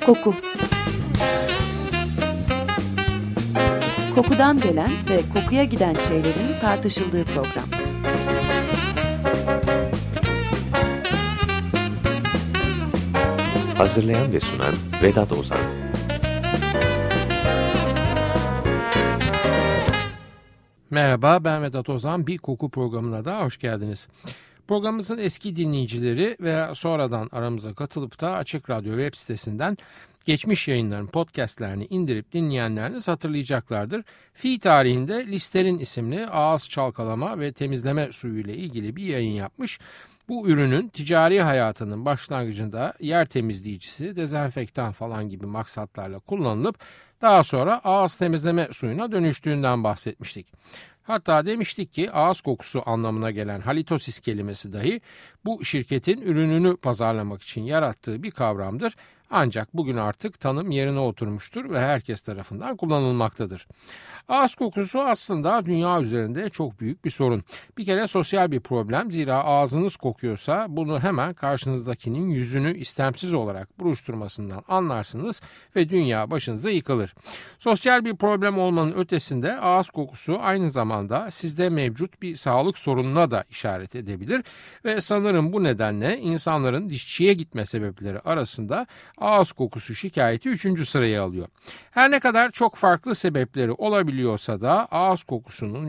Koku. Kokudan gelen ve kokuya giden şeylerin tartışıldığı program. Hazırlayan ve sunan Vedat Ozan. Merhaba, ben Vedat Ozan. Bir koku programına da hoş geldiniz. Programımızın eski dinleyicileri veya sonradan aramıza katılıp da Açık Radyo web sitesinden geçmiş yayınların podcastlerini indirip dinleyenleriniz hatırlayacaklardır. Fi tarihinde Listerin isimli ağız çalkalama ve temizleme suyu ile ilgili bir yayın yapmış. Bu ürünün ticari hayatının başlangıcında yer temizleyicisi, dezenfektan falan gibi maksatlarla kullanılıp daha sonra ağız temizleme suyuna dönüştüğünden bahsetmiştik. Hatta demiştik ki ağız kokusu anlamına gelen halitosis kelimesi dahi bu şirketin ürününü pazarlamak için yarattığı bir kavramdır. Ancak bugün artık tanım yerine oturmuştur ve herkes tarafından kullanılmaktadır. Ağız kokusu aslında dünya üzerinde çok büyük bir sorun. Bir kere sosyal bir problem, zira ağzınız kokuyorsa bunu hemen karşınızdakinin yüzünü istemsiz olarak buruşturmasından anlarsınız ve dünya başınıza yıkılır. Sosyal bir problem olmanın ötesinde ağız kokusu aynı zamanda sizde mevcut bir sağlık sorununa da işaret edebilir ve sanırım bu nedenle insanların dişçiye gitme sebepleri arasında ağız kokusu şikayeti 3. sırayı alıyor. Her ne kadar çok farklı sebepleri olabiliyorsa da ağız kokusunun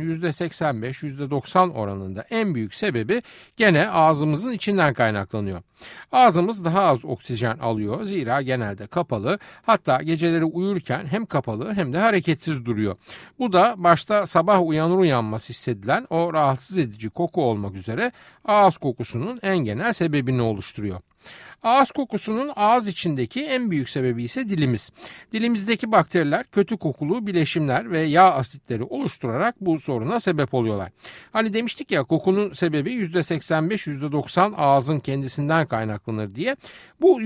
%85-%90 oranında en büyük sebebi gene ağzımızın içinden kaynaklanıyor. Ağzımız daha az oksijen alıyor, zira genelde kapalı, hatta geceleri uyurken hem kapalı hem de hareketsiz duruyor. Bu da başta sabah uyanır uyanmaz hissedilen o rahatsız edici koku olmak üzere ağız kokusunun en genel sebebini oluşturuyor. Ağız kokusunun ağız içindeki en büyük sebebi ise dilimiz. Dilimizdeki bakteriler kötü kokulu bileşimler ve yağ asitleri oluşturarak bu soruna sebep oluyorlar. Hani demiştik ya, kokunun sebebi %85-%90 ağzın kendisinden kaynaklanır diye. Bu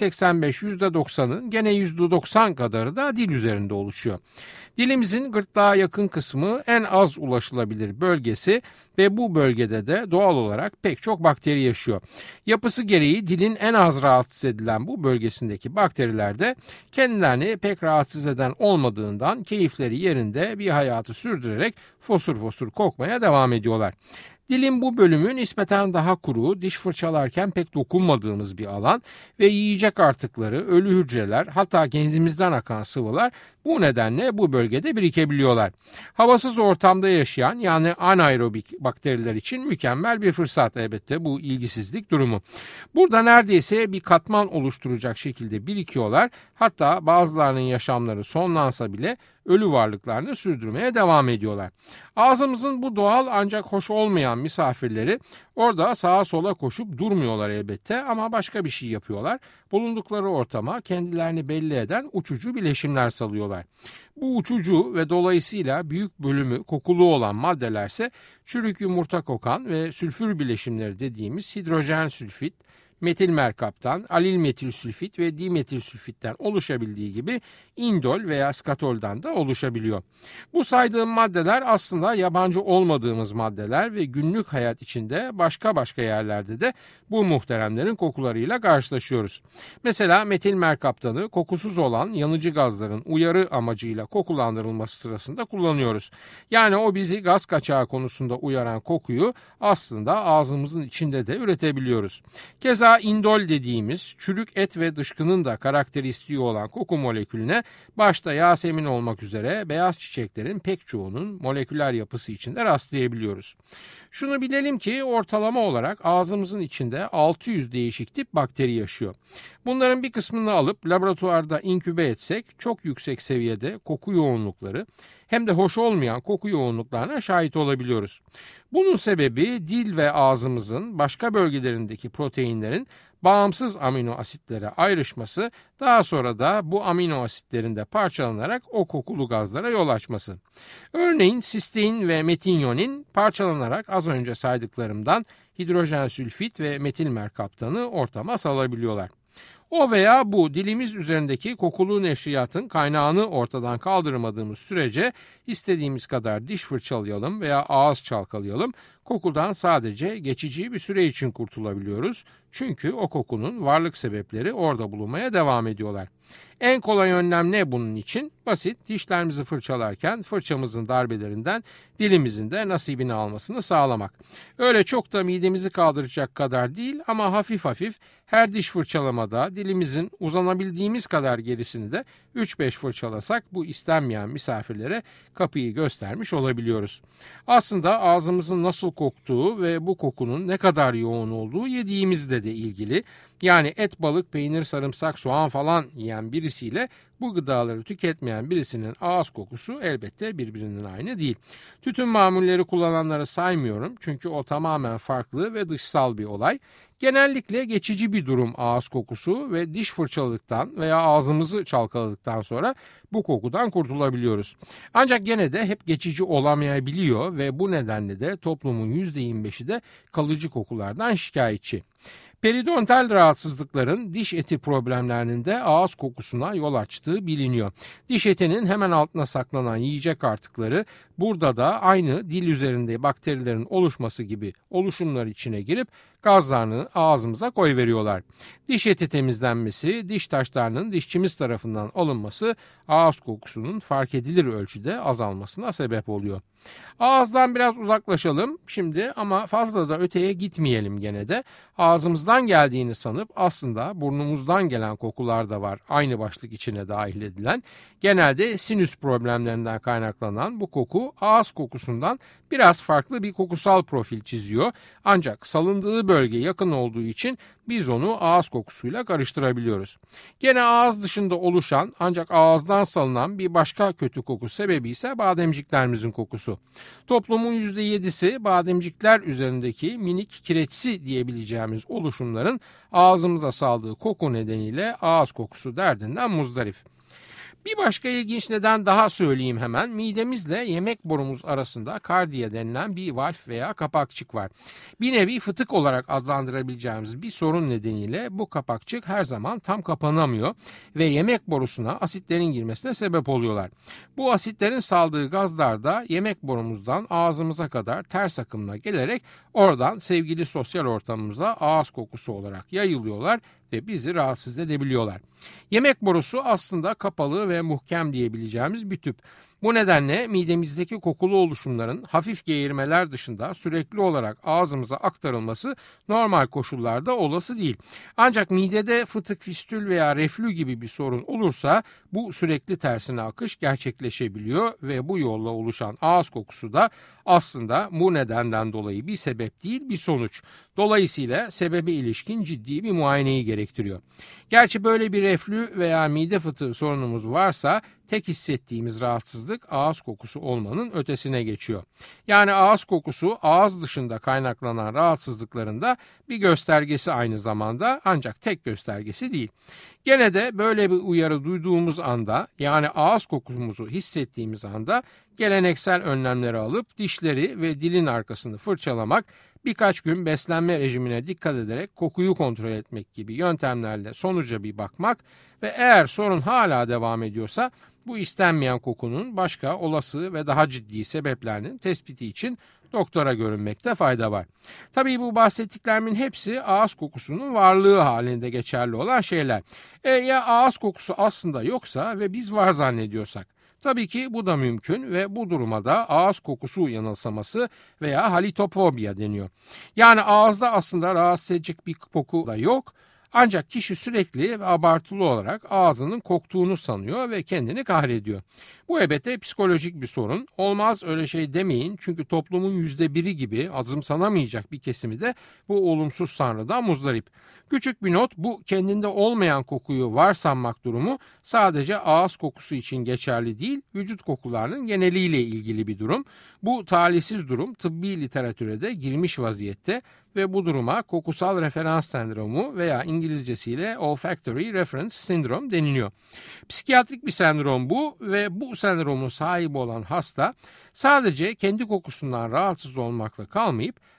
%85-%90'ın gene %90 kadarı da dil üzerinde oluşuyor. Dilimizin gırtlağa yakın kısmı en az ulaşılabilir bölgesi ve bu bölgede de doğal olarak pek çok bakteri yaşıyor. Yapısı gereği dilin en az rahatsız edilen bu bölgesindeki bakteriler de kendilerini pek rahatsız eden olmadığından keyifleri yerinde bir hayatı sürdürerek fosur fosur kokmaya devam ediyorlar. Dilin bu bölümü nispeten daha kuru, diş fırçalarken pek dokunmadığımız bir alan ve yiyecek artıkları, ölü hücreler, hatta genzimizden akan sıvılar bu nedenle bu bölgede birikebiliyorlar. Havasız ortamda yaşayan, yani anaerobik bakteriler için mükemmel bir fırsat elbette bu ilgisizlik durumu. Burada neredeyse bir katman oluşturacak şekilde birikiyorlar, hatta bazılarının yaşamları sonlansa bile ölü varlıklarını sürdürmeye devam ediyorlar. Ağzımızın bu doğal ancak hoş olmayan misafirleri orada sağa sola koşup durmuyorlar elbette, ama başka bir şey yapıyorlar. Bulundukları ortama kendilerini belli eden uçucu bileşimler salıyorlar. Bu uçucu ve dolayısıyla büyük bölümü kokulu olan maddelerse çürük yumurta kokan ve sülfür bileşimleri dediğimiz hidrojen sülfit, metil merkaptan, alil metil sülfit ve dimetil sülfitten oluşabildiği gibi indol veya skatoldan da oluşabiliyor. Bu saydığım maddeler aslında yabancı olmadığımız maddeler ve günlük hayat içinde başka yerlerde de bu muhteremlerin kokularıyla karşılaşıyoruz. Mesela metil merkaptanı kokusuz olan yanıcı gazların uyarı amacıyla kokulandırılması sırasında kullanıyoruz. Yani o bizi gaz kaçağı konusunda uyaran kokuyu aslında ağzımızın içinde de üretebiliyoruz. Keza indol dediğimiz çürük et ve dışkının da karakteristiği olan koku molekülüne başta Yasemin olmak üzere beyaz çiçeklerin pek çoğunun moleküler yapısı içinde rastlayabiliyoruz. Şunu bilelim ki ortalama olarak ağzımızın içinde 600 değişik tip bakteri yaşıyor. Bunların bir kısmını alıp laboratuvarda inkübe etsek çok yüksek seviyede koku yoğunlukları hem de hoş olmayan koku yoğunluklarına şahit olabiliyoruz. Bunun sebebi dil ve ağzımızın başka bölgelerindeki proteinlerin bağımsız amino asitlere ayrışması, daha sonra da bu amino asitlerin de parçalanarak o kokulu gazlara yol açması. Örneğin sistein ve metinyonin parçalanarak az önce saydıklarımdan hidrojen sülfit ve metil merkaptanı ortama salabiliyorlar. O veya bu dilimiz üzerindeki kokulu neşriyatın kaynağını ortadan kaldırmadığımız sürece istediğimiz kadar diş fırçalayalım veya ağız çalkalayalım, kokudan sadece geçici bir süre için kurtulabiliyoruz. Çünkü o kokunun varlık sebepleri orada bulunmaya devam ediyorlar. En kolay önlem ne bunun için? Basit, dişlerimizi fırçalarken fırçamızın darbelerinden dilimizin de nasibini almasını sağlamak. Öyle çok da midemizi kaldıracak kadar değil ama hafif hafif her diş fırçalamada dilimizin uzanabildiğimiz kadar gerisini de 3-5 fırçalasak bu istenmeyen misafirlere kapıyı göstermiş olabiliyoruz. Aslında ağzımızın nasıl koktuğu ve bu kokunun ne kadar yoğun olduğu yediğimizle de ilgili. Yani et, balık, peynir, sarımsak, soğan falan yiyen birisiyle bu gıdaları tüketmeyen birisinin ağız kokusu elbette birbirinin aynı değil. Tütün mamulleri kullananları saymıyorum çünkü o tamamen farklı ve dışsal bir olay. Genellikle geçici bir durum ağız kokusu ve diş fırçaladıktan veya ağzımızı çalkaladıktan sonra bu kokudan kurtulabiliyoruz. Ancak gene de hep geçici olamayabiliyor ve bu nedenle de toplumun %25'i de kalıcı kokulardan şikayetçi. Periodontal rahatsızlıkların diş eti problemlerinin de ağız kokusuna yol açtığı biliniyor. Diş etinin hemen altına saklanan yiyecek artıkları burada da aynı dil üzerinde bakterilerin oluşması gibi oluşumlar içine girip gazlarını ağzımıza koyveriyorlar. Diş eti temizlenmesi, diş taşlarının dişçimiz tarafından alınması ağız kokusunun fark edilir ölçüde azalmasına sebep oluyor. Ağızdan biraz uzaklaşalım şimdi ama fazla da öteye gitmeyelim gene de. Ağzımızdan geldiğini sanıp aslında burnumuzdan gelen kokular da var aynı başlık içine dahil edilen. Genelde sinüs problemlerinden kaynaklanan bu koku ağız kokusundan biraz farklı bir kokusal profil çiziyor. Ancak salındığı bölge yakın olduğu için biz onu ağız kokusuyla karıştırabiliyoruz. Gene ağız dışında oluşan ancak ağızdan salınan bir başka kötü koku sebebi ise bademciklerimizin kokusu. Toplumun %7'si bademcikler üzerindeki minik kireçsi diyebileceğimiz oluşumların ağzımıza saldığı koku nedeniyle ağız kokusu derdinden muzdarip. Bir başka ilginç neden daha söyleyeyim hemen. Midemizle yemek borumuz arasında kardiya denilen bir valf veya kapakçık var. Bir nevi fıtık olarak adlandırabileceğimiz bir sorun nedeniyle bu kapakçık her zaman tam kapanamıyor ve yemek borusuna asitlerin girmesine sebep oluyorlar. Bu asitlerin saldığı gazlar da yemek borumuzdan ağzımıza kadar ters akımla gelerek oradan sevgili sosyal ortamımıza ağız kokusu olarak yayılıyorlar ve bizi rahatsız edebiliyorlar. Yemek borusu aslında kapalı ve muhkem diyebileceğimiz bir tüp. Bu nedenle midemizdeki kokulu oluşumların hafif geğirmeler dışında sürekli olarak ağzımıza aktarılması normal koşullarda olası değil. Ancak midede fıtık, fistül veya reflü gibi bir sorun olursa bu sürekli tersine akış gerçekleşebiliyor ve bu yolla oluşan ağız kokusu da aslında bu nedenden dolayı bir sebep değil bir sonuç. Dolayısıyla sebebe ilişkin ciddi bir muayeneyi gerektiriyor. Gerçi böyle bir reflü veya mide fıtığı sorunumuz varsa tek hissettiğimiz rahatsızlık ağız kokusu olmanın ötesine geçiyor. Yani ağız kokusu ağız dışında kaynaklanan rahatsızlıkların da bir göstergesi aynı zamanda ancak tek göstergesi değil. Gene de böyle bir uyarı duyduğumuz anda yani ağız kokumuzu hissettiğimiz anda geleneksel önlemleri alıp dişleri ve dilin arkasını fırçalamak, birkaç gün beslenme rejimine dikkat ederek kokuyu kontrol etmek gibi yöntemlerle sonuca bir bakmak ve eğer sorun hala devam ediyorsa bu istenmeyen kokunun başka olası ve daha ciddi sebeplerinin tespiti için doktora görünmekte fayda var. Tabii bu bahsettiklerimin hepsi ağız kokusunun varlığı halinde geçerli olan şeyler. Ya ağız kokusu aslında yoksa ve biz var zannediyorsak? Tabii ki bu da mümkün ve bu duruma da ağız kokusu yanılsaması veya halitofobia deniyor. Yani ağızda aslında rahatsız edecek bir koku da yok. Ancak kişi sürekli ve abartılı olarak ağzının koktuğunu sanıyor ve kendini kahrediyor. Bu elbette psikolojik bir sorun. Olmaz öyle şey demeyin çünkü toplumun %1'i gibi azımsanamayacak bir kesimi de bu olumsuz sanrıdan muzdarip. Küçük bir not, bu kendinde olmayan kokuyu varsanmak durumu sadece ağız kokusu için geçerli değil, vücut kokularının geneliyle ilgili bir durum. Bu talihsiz durum tıbbi literatüre de girmiş vaziyette ve bu duruma kokusal referans sendromu veya İngilizcesiyle olfactory reference syndrome deniliyor. Psikiyatrik bir sendrom bu ve bu sendromun sahibi olan hasta sadece kendi kokusundan rahatsız olmakla kalmayıp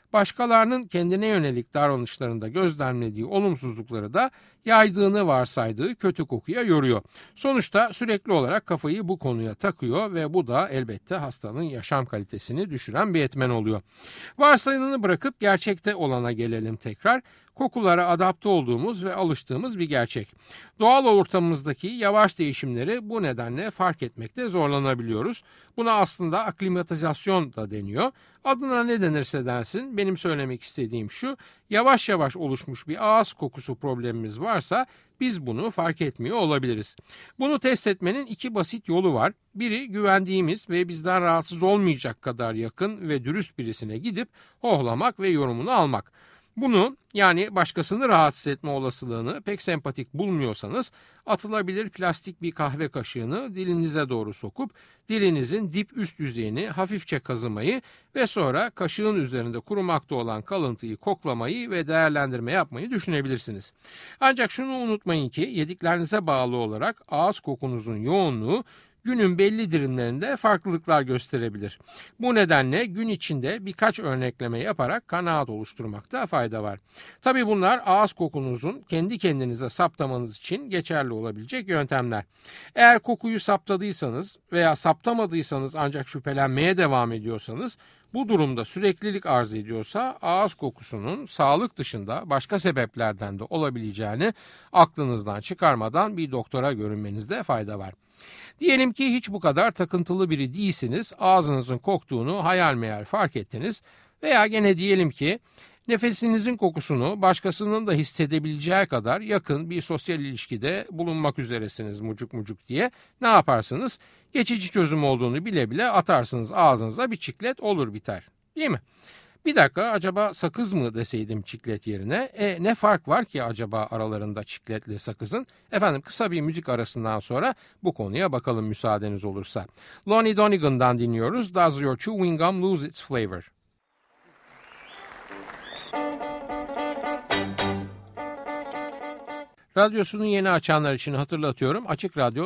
başkalarının kendine yönelik davranışlarında gözlemlediği olumsuzlukları da yaydığını varsaydığı kötü kokuya yoruyor. Sonuçta sürekli olarak kafayı bu konuya takıyor ve bu da elbette hastanın yaşam kalitesini düşüren bir etmen oluyor. Varsayılanı bırakıp gerçekte olana gelelim tekrar. Kokulara adapte olduğumuz ve alıştığımız bir gerçek. Doğal ortamımızdaki yavaş değişimleri bu nedenle fark etmekte zorlanabiliyoruz. Buna aslında aklimatizasyon da deniyor. Adına ne denirse densin, benim söylemek istediğim şu: yavaş yavaş oluşmuş bir ağız kokusu problemimiz varsa biz bunu fark etmiyor olabiliriz. Bunu test etmenin iki basit yolu var. Biri, güvendiğimiz ve bizden rahatsız olmayacak kadar yakın ve dürüst birisine gidip hohlamak ve yorumunu almak. Bunu, yani başkasını rahatsız etme olasılığını pek sempatik bulmuyorsanız, atılabilir plastik bir kahve kaşığını dilinize doğru sokup dilinizin dip üst yüzeyini hafifçe kazımayı ve sonra kaşığın üzerinde kurumakta olan kalıntıyı koklamayı ve değerlendirme yapmayı düşünebilirsiniz. Ancak şunu unutmayın ki yediklerinize bağlı olarak ağız kokunuzun yoğunluğu günün belli dilimlerinde farklılıklar gösterebilir. Bu nedenle gün içinde birkaç örnekleme yaparak kanaat oluşturmakta fayda var. Tabii bunlar ağız kokunuzun kendi kendinize saptamanız için geçerli olabilecek yöntemler. Eğer kokuyu saptadıysanız veya saptamadıysanız ancak şüphelenmeye devam ediyorsanız, bu durumda süreklilik arz ediyorsa ağız kokusunun sağlık dışında başka sebeplerden de olabileceğini aklınızdan çıkarmadan bir doktora görünmenizde fayda var. Diyelim ki hiç bu kadar takıntılı biri değilsiniz, ağzınızın koktuğunu hayal meyal fark ettiniz veya gene diyelim ki nefesinizin kokusunu başkasının da hissedebileceği kadar yakın bir sosyal ilişkide bulunmak üzeresiniz mucuk mucuk diye. Ne yaparsınız? Geçici çözüm olduğunu bile bile atarsınız ağzınıza, bir çiklet olur biter, değil mi? Bir dakika, acaba sakız mı deseydim çiklet yerine? Ne fark var ki acaba aralarında çikletle sakızın? Efendim, kısa bir müzik arasından sonra bu konuya bakalım müsaadeniz olursa. Lonnie Donegan'dan dinliyoruz. Does your chewing gum lose its flavor? Radyosunu yeni açanlar için hatırlatıyorum. Açık Radyo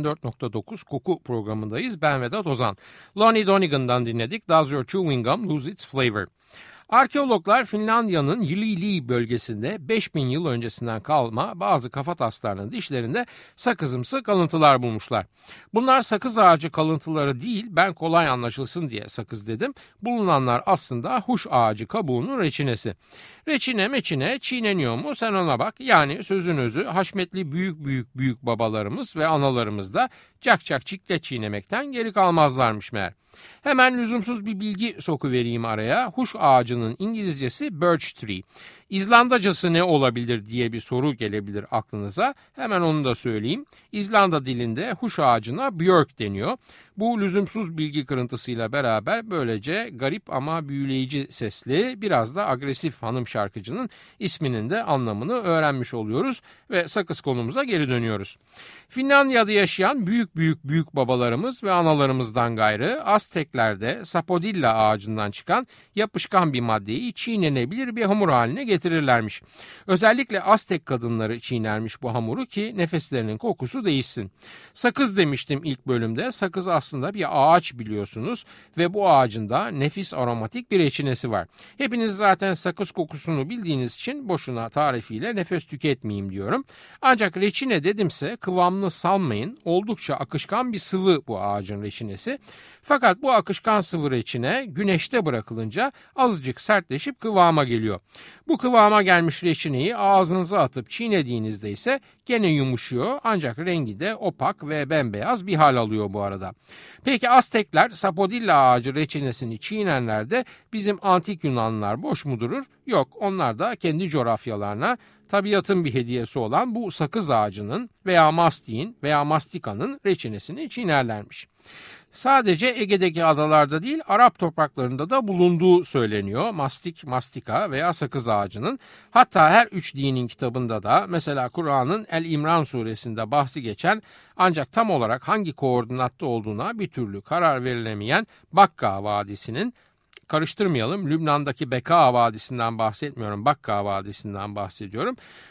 94.9 Koku programındayız. Ben Vedat Ozan. Lonnie Donegan'dan dinledik. Does your chewing gum lose its flavor? Arkeologlar Finlandiya'nın Ylili bölgesinde 5000 yıl öncesinden kalma bazı kafataslarının dişlerinde sakızımsı kalıntılar bulmuşlar. Bunlar sakız ağacı kalıntıları değil, ben kolay anlaşılsın diye sakız dedim. Bulunanlar aslında huş ağacı kabuğunun reçinesi. Reçine meçine çiğneniyor mu sen ona bak. Yani sözün özü, haşmetli büyük babalarımız ve analarımız da cak çiklet çiğnemekten geri kalmazlarmış meğer. Hemen lüzumsuz bir bilgi sokuvereyim araya. Huş ağacının İngilizcesi birch tree. İzlandacası ne olabilir diye bir soru gelebilir aklınıza. Hemen onu da söyleyeyim. İzlanda dilinde huş ağacına björk deniyor. Bu lüzumsuz bilgi kırıntısıyla beraber böylece garip ama büyüleyici sesli, biraz da agresif hanım şarkıcının isminin de anlamını öğrenmiş oluyoruz ve sakız konumuza geri dönüyoruz. Finlandiya'da yaşayan büyük babalarımız ve analarımızdan gayrı Azteklerde sapodilla ağacından çıkan yapışkan bir maddeyi çiğnenebilir bir hamur haline getirirlermiş. Özellikle Aztek kadınları çiğnermiş bu hamuru ki nefeslerinin kokusu değişsin. Sakız demiştim ilk bölümde. Sakız aslında bir ağaç biliyorsunuz ve bu ağacın da nefis aromatik bir reçinesi var. Hepiniz zaten sakız kokusunu bildiğiniz için boşuna tarifiyle nefes tüketmeyeyim diyorum. Ancak reçine dedimse kıvamını salmayın. Oldukça akışkan bir sıvı bu ağacın reçinesi. Fakat bu akışkan sıvı reçine güneşte bırakılınca azıcık sertleşip kıvama geliyor. Bu kıvama gelmiş reçineyi ağzınıza atıp çiğnediğinizde ise gene yumuşuyor, ancak rengi de opak ve bembeyaz bir hal alıyor bu arada. Peki Aztekler sapodilla ağacı reçinesini çiğnenlerde bizim antik Yunanlılar boş mu durur? Yok, onlar da kendi coğrafyalarına tabiatın bir hediyesi olan bu sakız ağacının veya mastiğin veya mastikanın reçinesini çiğnerlermiş. Sadece Ege'deki adalarda değil, Arap topraklarında da bulunduğu söyleniyor mastik, mastika veya sakız ağacının. Hatta her üç dinin kitabında da, mesela Kur'an'ın El-İmran suresinde bahsi geçen ancak tam olarak hangi koordinatta olduğuna bir türlü karar verilemeyen Bakka Vadisi'nin, karıştırmayalım, Lübnan'daki Beka Vadisi'nden bahsetmiyorum, Bakka Vadisi'nden bahsediyorum.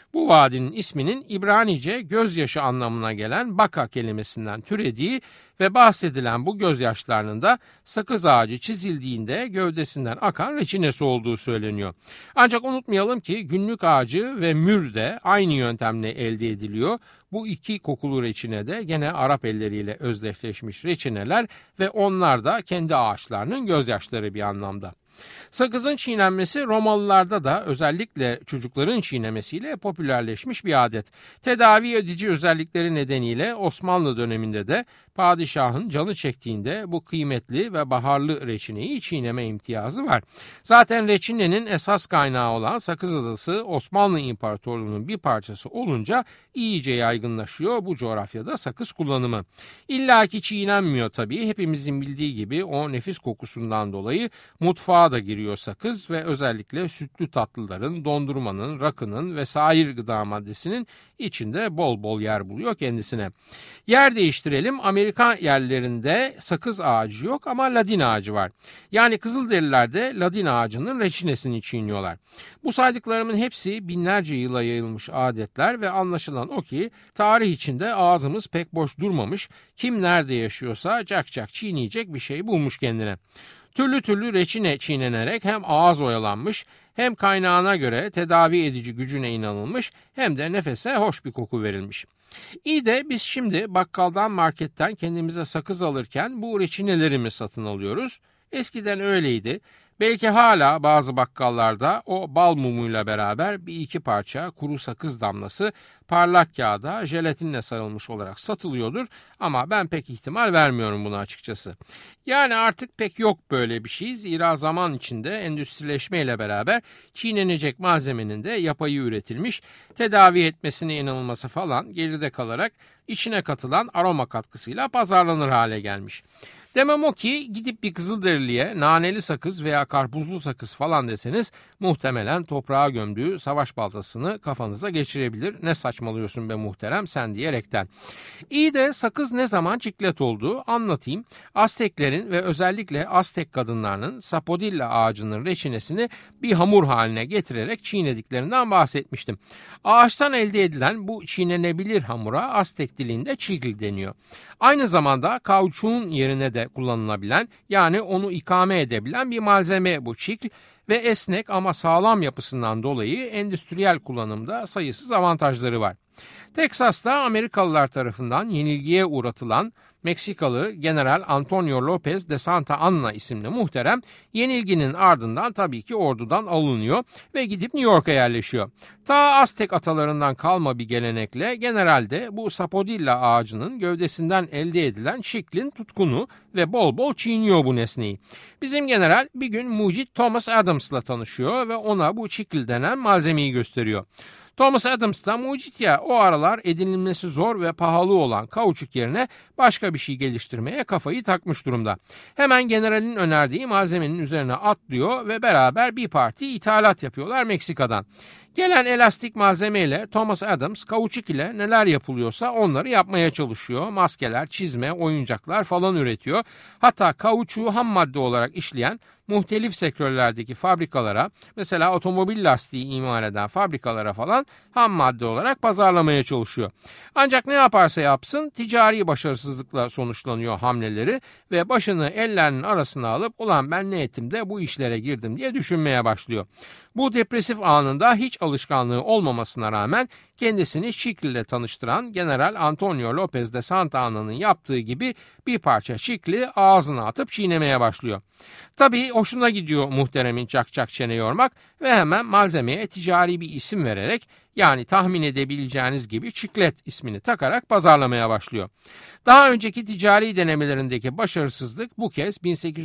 Bu vadinin isminin İbranice gözyaşı anlamına gelen baka kelimesinden türediği ve bahsedilen bu gözyaşlarının da sakız ağacı çizildiğinde gövdesinden akan reçinesi olduğu söyleniyor. Ancak unutmayalım ki günlük ağacı ve mür de aynı yöntemle elde ediliyor. Bu iki kokulu reçine de gene Arap elleriyle özdeşleşmiş reçineler ve onlar da kendi ağaçlarının gözyaşları bir anlamda. Sakızın çiğnenmesi Romalılarda da özellikle çocukların çiğnemesiyle popülerleşmiş bir adet. Tedavi edici özellikleri nedeniyle Osmanlı döneminde de padişahın canı çektiğinde bu kıymetli ve baharlı reçineyi çiğneme imtiyazı var. Zaten reçinenin esas kaynağı olan Sakız Adası Osmanlı İmparatorluğu'nun bir parçası olunca iyice yaygınlaşıyor bu coğrafyada sakız kullanımı. İlla ki çiğnenmiyor tabii. Hepimizin bildiği gibi o nefis kokusundan dolayı mutfağa da giriyor sakız ve özellikle sütlü tatlıların, dondurmanın, rakının ve sair gıda maddesinin içinde bol bol yer buluyor kendisine. Yer değiştirelim. Amerika yerlerinde sakız ağacı yok ama ladin ağacı var. Yani Kızılderililer de ladin ağacının reçinesini çiğniyorlar. Bu saydıklarımın hepsi binlerce yıla yayılmış adetler ve anlaşılan o ki tarih içinde ağzımız pek boş durmamış. Kim nerede yaşıyorsa cak cak çiğneyecek bir şey bulmuş kendine. Türlü türlü reçine çiğnenerek hem ağız oyalanmış, hem kaynağına göre tedavi edici gücüne inanılmış, hem de nefese hoş bir koku verilmiş. İyi de biz şimdi bakkaldan, marketten kendimize sakız alırken bu reçineleri mi satın alıyoruz? Eskiden öyleydi. Belki hala bazı bakkallarda o bal mumuyla beraber bir iki parça kuru sakız damlası parlak kağıda jelatinle sarılmış olarak satılıyordur ama ben pek ihtimal vermiyorum buna açıkçası. Yani artık pek yok böyle bir şey. Zira zaman içinde endüstrileşmeyle beraber çiğnenecek malzemenin de yapayı üretilmiş, tedavi etmesine inanılması falan geride kalarak içine katılan aroma katkısıyla pazarlanır hale gelmiş. Demem o ki gidip bir Kızılderiliye naneli sakız veya karpuzlu sakız falan deseniz muhtemelen toprağa gömdüğü savaş baltasını kafanıza geçirebilir. Ne saçmalıyorsun be muhterem sen diyerekten. İyi de sakız ne zaman çiklet olduğu anlatayım. Azteklerin ve özellikle Aztek kadınlarının sapodilla ağacının reçinesini bir hamur haline getirerek çiğnediklerinden bahsetmiştim. Ağaçtan elde edilen bu çiğnenebilir hamura Aztek dilinde çigl deniyor. Aynı zamanda kauçuğun yerine de kullanılabilen, yani onu ikame edebilen bir malzeme bu çigl ve esnek ama sağlam yapısından dolayı endüstriyel kullanımda sayısız avantajları var. Teksas'ta Amerikalılar tarafından yenilgiye uğratılan Meksikalı General Antonio Lopez de Santa Anna isimli muhterem yenilginin ardından tabii ki ordudan alınıyor ve gidip New York'a yerleşiyor. Ta Aztek atalarından kalma bir gelenekle generalde bu sapodilla ağacının gövdesinden elde edilen çiklin tutkunu ve bol bol çiğniyor bu nesneyi. Bizim general bir gün mucit Thomas Adams'la tanışıyor ve ona bu çikl denen malzemeyi gösteriyor. Thomas Adams da mucit ya, o aralar edinilmesi zor ve pahalı olan kauçuk yerine başka bir şey geliştirmeye kafayı takmış durumda. Hemen generalin önerdiği malzemenin üzerine atlıyor ve beraber bir parti ithalat yapıyorlar Meksika'dan. Gelen elastik malzemeyle Thomas Adams kauçuk ile neler yapılıyorsa onları yapmaya çalışıyor. Maskeler, çizme, oyuncaklar falan üretiyor. Hatta kauçuğu ham madde olarak işleyen muhtelif sektörlerdeki fabrikalara, mesela otomobil lastiği imal eden fabrikalara falan ham madde olarak pazarlamaya çalışıyor. Ancak ne yaparsa yapsın ticari başarısızlıkla sonuçlanıyor hamleleri ve başını ellerinin arasına alıp ulan ben ne ettim de bu işlere girdim diye düşünmeye başlıyor. Bu depresif anında hiç alışkanlığı olmamasına rağmen kendisini çikl ile tanıştıran General Antonio Lopez de Santa Anna'nın yaptığı gibi bir parça çikli ağzına atıp çiğnemeye başlıyor. Tabii hoşuna gidiyor muhteremin çak çak çene yormak ve hemen malzemeye ticari bir isim vererek, yani tahmin edebileceğiniz gibi çiklet ismini takarak pazarlamaya başlıyor. Daha önceki ticari denemelerindeki başarısızlık bu kez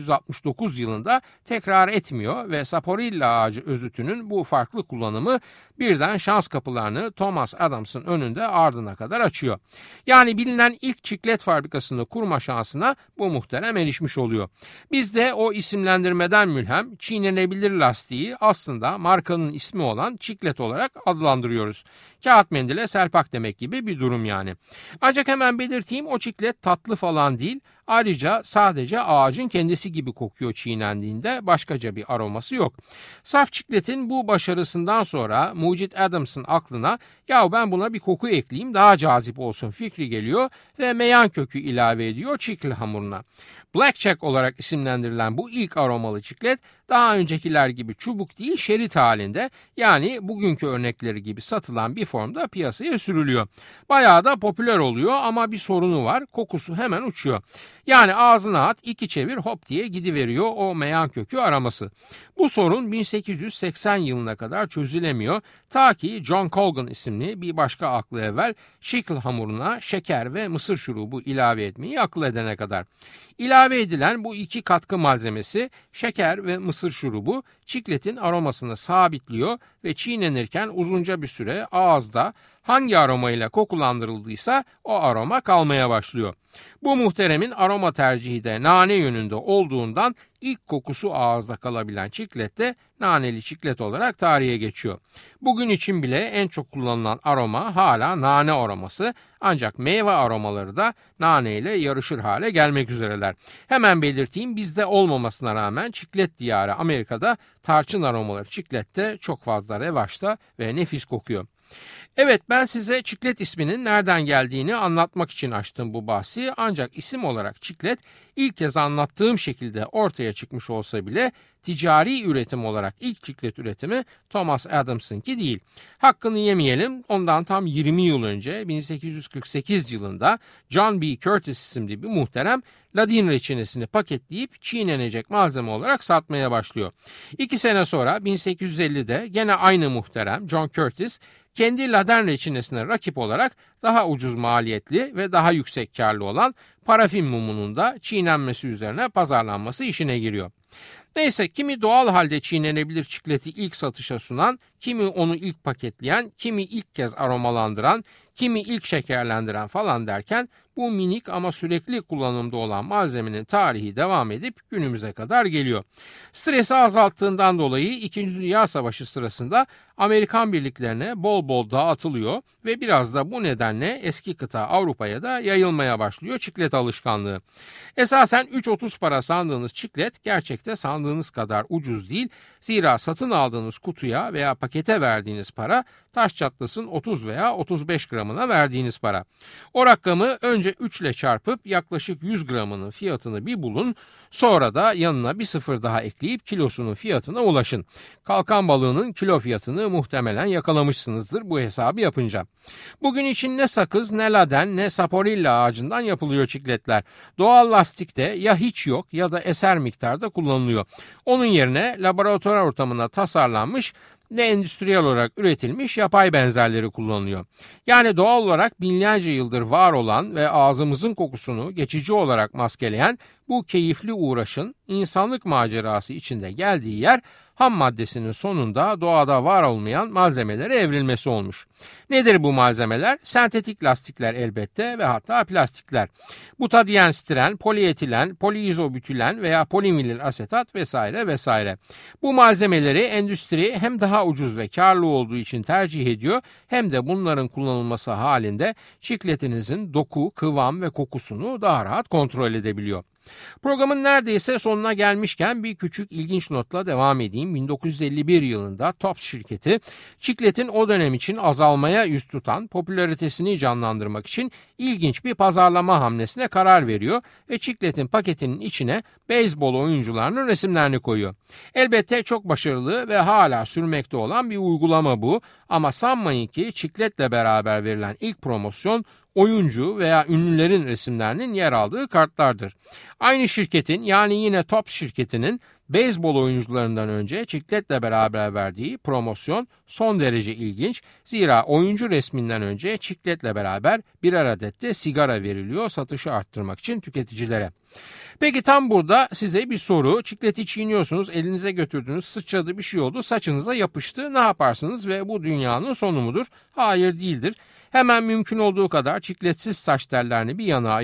1869 yılında tekrar etmiyor ve sapodilla ağacı özütünün bu farklı kullanımı birden şans kapılarını Thomas Adams'ın önünde ardına kadar açıyor. Yani bilinen ilk çiklet fabrikasını kurma şansına bu muhterem erişmiş oluyor. Biz de o isimlendirmeden mülhem çiğnenebilir lastiği aslında markanın ismi olan çiklet olarak adlandırıyoruz. Kağıt mendile serpak demek gibi bir durum yani. Ancak hemen belirteyim, o çiklet tatlı falan değil. Ayrıca sadece ağacın kendisi gibi kokuyor çiğnendiğinde, başkaca bir aroması yok. Saf çikletin bu başarısından sonra Mucit Adams'ın aklına "Ya ben buna bir koku ekleyeyim, daha cazip olsun" fikri geliyor ve meyan kökü ilave ediyor çikl hamuruna. Blackjack olarak isimlendirilen bu ilk aromalı çiklet daha öncekiler gibi çubuk değil, şerit halinde, yani bugünkü örnekleri gibi satılan bir formda piyasaya sürülüyor. Bayağı da popüler oluyor ama bir sorunu var: kokusu hemen uçuyor. Yani ağzına at, iki çevir, hop diye gidiveriyor o meyan kökü aroması. Bu sorun 1880 yılına kadar çözülemiyor. Ta ki John Colgan isimli bir başka aklı evvel çikl hamuruna şeker ve mısır şurubu ilave etmeyi akıl edene kadar. İlave edilen bu iki katkı malzemesi, şeker ve mısır şurubu, çikletin aromasını sabitliyor ve çiğnenirken uzunca bir süre ağızda hangi aromayla kokulandırıldıysa o aroma kalmaya başlıyor. Bu muhteremin aroma tercihi de nane yönünde olduğundan ilk kokusu ağızda kalabilen çiklet de naneli çiklet olarak tarihe geçiyor. Bugün için bile en çok kullanılan aroma hala nane aroması, ancak meyve aromaları da nane ile yarışır hale gelmek üzereler. Hemen belirteyim, bizde olmamasına rağmen çiklet diyarı Amerika'da tarçın aromaları çiklette çok fazla revaçta ve nefis kokuyor. Evet, ben size çiklet isminin nereden geldiğini anlatmak için açtım bu bahsi, ancak isim olarak çiklet ilk kez anlattığım şekilde ortaya çıkmış olsa bile ticari üretim olarak ilk çiklet üretimi Thomas Adams'ınki değil. Hakkını yemeyelim, ondan tam 20 yıl önce 1848 yılında John B. Curtis isimli bir muhterem ladin reçinesini paketleyip çiğnenecek malzeme olarak satmaya başlıyor. 2 sene sonra 1850'de gene aynı muhterem John Curtis kendi ladin reçinesine rakip olarak daha ucuz maliyetli ve daha yüksek karlı olan parafin mumunun da çiğnenmesi üzerine pazarlanması işine giriyor. Neyse, kimi doğal halde çiğnenebilir çikleti ilk satışa sunan, kimi onu ilk paketleyen, kimi ilk kez aromalandıran, kimi ilk şekerlendiren falan derken bu minik ama sürekli kullanımda olan malzemenin tarihi devam edip günümüze kadar geliyor. Stresi azalttığından dolayı 2. Dünya Savaşı sırasında Amerikan birliklerine bol bol dağıtılıyor ve biraz da bu nedenle eski kıta Avrupa'ya da yayılmaya başlıyor çiklet alışkanlığı. Esasen 3.30 para sandığınız çiklet gerçekte sandığınız kadar ucuz değil. Zira satın aldığınız kutuya veya pakete verdiğiniz para taş çatlasın 30 veya 35 gramına verdiğiniz para. O rakamı önce 3 ile çarpıp yaklaşık 100 gramının fiyatını bir bulun. Sonra da yanına bir sıfır daha ekleyip kilosunun fiyatına ulaşın. Kalkan balığının kilo fiyatını muhtemelen yakalamışsınızdır bu hesabı yapınca. Bugün için ne sakız, ne laden, ne saporilla ağacından yapılıyor çikletler. Doğal lastikte ya hiç yok ya da eser miktarda kullanılıyor. Onun yerine laboratuvar ortamında tasarlanmış ne endüstriyel olarak üretilmiş yapay benzerleri kullanılıyor. Yani doğal olarak binlerce yıldır var olan ve ağzımızın kokusunu geçici olarak maskeleyen bu keyifli uğraşın insanlık macerası içinde geldiği yer, ham maddesinin sonunda doğada var olmayan malzemelere evrilmesi olmuş. Nedir bu malzemeler? Sentetik lastikler elbette ve hatta plastikler. Butadienstiren, polietilen, poliizobütülen veya polivinil asetat vesaire vesaire. Bu malzemeleri endüstri hem daha ucuz ve karlı olduğu için tercih ediyor, hem de bunların kullanılması halinde çikletinizin doku, kıvam ve kokusunu daha rahat kontrol edebiliyor. Programın neredeyse sonuna gelmişken bir küçük ilginç notla devam edeyim. 1951 yılında Topps şirketi çikletin o dönem için azalmaya yüz tutan popülaritesini canlandırmak için ilginç bir pazarlama hamlesine karar veriyor ve çikletin paketinin içine beyzbol oyuncularının resimlerini koyuyor. Elbette çok başarılı ve hala sürmekte olan bir uygulama bu, ama sanmayın ki çikletle beraber verilen ilk promosyon oyuncu veya ünlülerin resimlerinin yer aldığı kartlardır. Aynı şirketin, yani yine Topps şirketinin beyzbol oyuncularından önce çikletle beraber verdiği promosyon son derece ilginç. Zira oyuncu resminden önce çikletle beraber birer adet de sigara veriliyor satışı arttırmak için tüketicilere. Peki tam burada size bir soru. Çikleti çiğniyorsunuz, elinize götürdünüz, sıçradı, bir şey oldu, saçınıza yapıştı. Ne yaparsınız ve bu dünyanın sonu mudur? Hayır, değildir. Hemen mümkün olduğu kadar çikletsiz saç tellerini bir yana ayırıp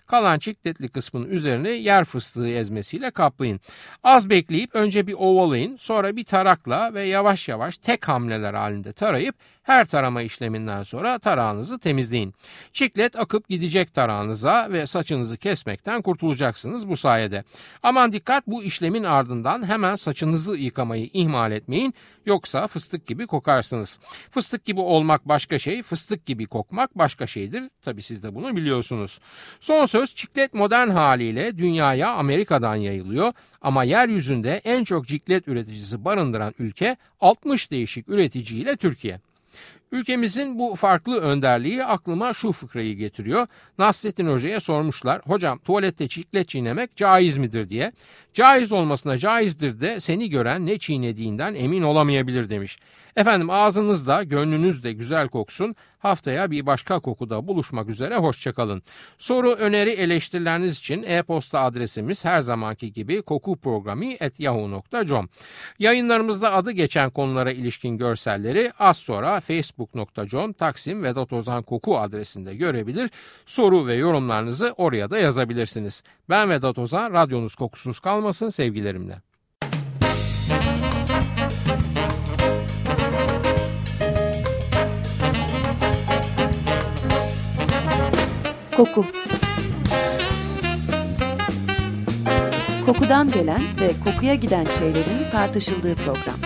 Kalan çikletli kısmın üzerine yer fıstığı ezmesiyle kaplayın. Az bekleyip önce bir ovalayın, sonra bir tarakla ve yavaş yavaş tek hamleler halinde tarayıp her tarama işleminden sonra tarağınızı temizleyin. Çiklet akıp gidecek tarağınıza ve saçınızı kesmekten kurtulacaksınız bu sayede. Aman dikkat, bu işlemin ardından hemen saçınızı yıkamayı ihmal etmeyin, yoksa fıstık gibi kokarsınız. Fıstık gibi olmak başka şey, fıstık gibi kokmak başka şeydir. Tabii siz de bunu biliyorsunuz. Son söz, çiklet modern haliyle dünyaya Amerika'dan yayılıyor ama yeryüzünde en çok çiklet üreticisi barındıran ülke 60 değişik üreticiyle Türkiye. Ülkemizin bu farklı önderliği aklıma şu fıkrayı getiriyor. Nasrettin Hoca'ya sormuşlar, hocam tuvalette çiklet çiğnemek caiz midir diye. Caiz olmasına caizdir de seni gören ne çiğnediğinden emin olamayabilir demiş. Efendim, ağzınızda gönlünüz de güzel koksun. Haftaya bir başka kokuda buluşmak üzere, hoşçakalın. Soru, öneri, eleştirileriniz için e-posta adresimiz her zamanki gibi kokuprogrami@yahoo.com. Yayınlarımızda adı geçen konulara ilişkin görselleri az sonra facebook.com/Vedat Ozan Koku adresinde görebilir. Soru ve yorumlarınızı oraya da yazabilirsiniz. Ben Vedat Ozan, radyonuz kokusuz kalmasın sevgilerimle. Koku. Kokudan gelen ve kokuya giden şeylerin tartışıldığı program.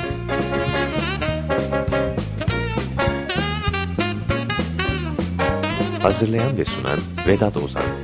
Hazırlayan ve sunan Vedat Ozan.